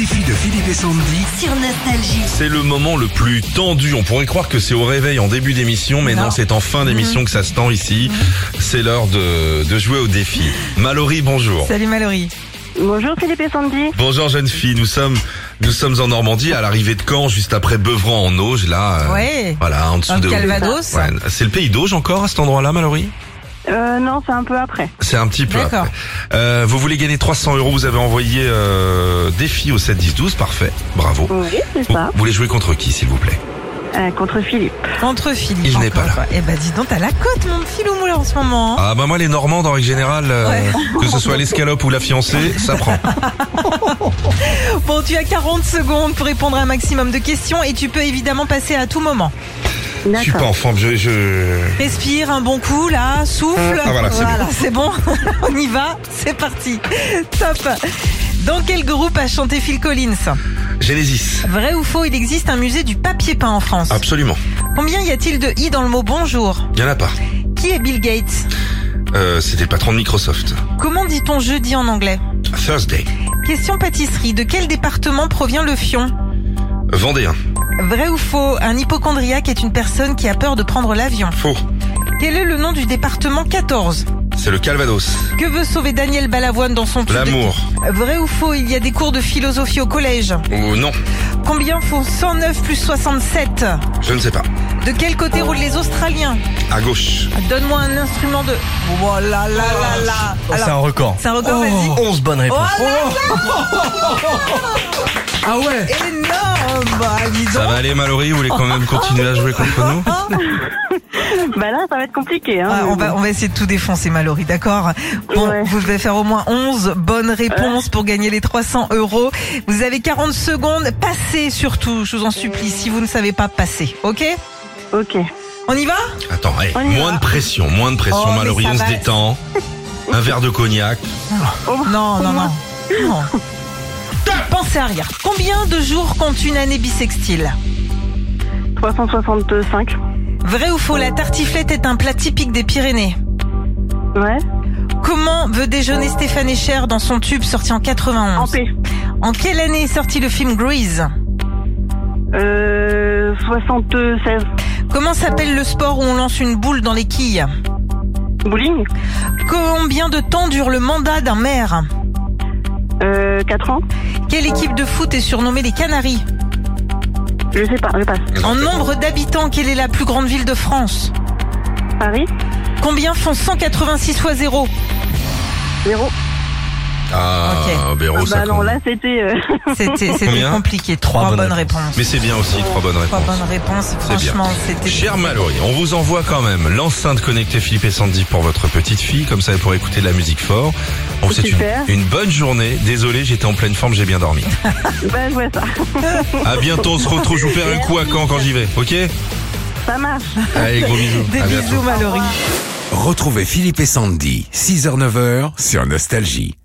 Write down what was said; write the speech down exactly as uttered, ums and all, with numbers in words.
défi de Philippe et Sandy sur Nostalgie. C'est le moment le plus tendu. On pourrait croire que c'est au réveil en début d'émission, mais non, non c'est en fin d'émission mmh. que ça se tend ici. Mmh. C'est l'heure de, de jouer au défi. Mallory, bonjour. Salut Mallory. Bonjour Philippe et Sandy. Bonjour jeune fille, nous sommes nous sommes en Normandie, à l'arrivée de Caen, juste après Beuvran en Auge, là. Euh, ouais. Voilà, en dessous Dans de. le Calvados. Ouais, c'est le pays d'Auge encore à cet endroit-là, Mallory? Euh, non, c'est un peu après. C'est un petit peu D'accord. après. Euh, vous voulez gagner trois cents euros, vous avez envoyé euh, défi au sept dix douze, parfait, bravo. Oui, c'est Vous, ça. vous voulez jouer contre qui, s'il vous plaît? Euh, contre Philippe. Contre Philippe. Il n'est pas là. Eh ben dis donc, t'as la cote mon filou moulin en ce moment. Ah bah moi les Normands en règle générale, euh, Ouais. que ce soit l'escalope ou la fiancée, ça prend. Bon, tu as quarante secondes pour répondre à un maximum de questions et tu peux évidemment passer à tout moment. Je suis pas en forme, je... je... Respire un bon coup là, souffle. Ah voilà, c'est voilà, c'est bon. On y va, c'est parti. Top. Dans quel groupe a chanté Phil Collins? Genesis. Vrai ou faux, il existe un musée du papier peint en France? Absolument. Combien y a-t-il de i dans le mot bonjour? Il y en a pas. Qui est Bill Gates? Euh, c'était le patron de Microsoft. Comment dit-on jeudi en anglais? Thursday. Question pâtisserie, de quel département provient le fion? Vendéen. Vrai ou faux, un hypocondriaque est une personne qui a peur de prendre l'avion? Faux. Quel est le nom du département quatorze? C'est le Calvados. Que veut sauver Daniel Balavoine dans son tube? L'amour. Vrai ou faux, il y a des cours de philosophie au collège? Ou non. Combien font cent neuf plus soixante-sept? Je ne sais pas. De quel côté roulent les Australiens? À gauche. Donne-moi un instrument de... Oh là là là là. Oh, c'est un record. C'est un record, vas-y. onze bonnes réponses. Oh là Ah ouais. là, énorme. Bah, dis donc. Ça va aller Mallory, vous voulez quand même continuer à jouer contre nous? Bah là, ça va être compliqué. Hein, Ah, mais on va bon. on va essayer de tout défoncer Mallory, d'accord? Bon, Ouais. vous devez faire au moins onze bonnes réponses pour gagner les trois cents euros. Vous avez quarante secondes. Passez surtout, je vous en supplie, si vous ne savez pas passer, ok? Ok. On y va? Attends, hey, On y moins va. de pression, moins de pression Oh, mais Mallory, ça on se va. détend. Un verre de cognac. Non, non, non. non. Pensez à rien. Combien de jours compte une année bissextile? trois cent soixante-cinq. Vrai ou faux, la tartiflette est un plat typique des Pyrénées? Ouais. Comment veut déjeuner Stéphane Echer dans son tube sorti en En quatre-vingt-onze? paix. En quelle année est sorti le film Grease? Euh, soixante-seize. Comment s'appelle le sport où on lance une boule dans les quilles? Bowling. Combien de temps dure le mandat d'un maire? Euh, quatre ans. Quelle équipe de foot est surnommée les Canaries? Je sais pas, je passe. En nombre d'habitants, quelle est la plus grande ville de France? Paris. Combien font cent quatre-vingt-six fois zéro? Zéro. Ah, Ok. Béro, Ah ça bah non, compte. là c'était... Euh... C'était c'était Combien? compliqué. Trois, Trois bonnes bonnes réponses. Mais c'est bien aussi, trois bonnes Trois réponses. bonnes réponses. C'est bien. Franchement, c'était... Cher Mallory, on vous envoie quand même l'enceinte connectée Philippe et Sandy pour votre petite fille, comme ça elle pourrait écouter de la musique fort. On vous souhaite une, Super. une bonne journée. Désolé, j'étais en pleine forme, j'ai bien dormi. bah je vois ça. À bientôt, on se retrouve, je vous perds un coup à Caen quand j'y vais, ok? Ça marche. Allez, gros bisous. Des À bientôt. bisous, Mallory. Retrouvez Philippe et Sandy, six heures neuf heures sur Nostalgie.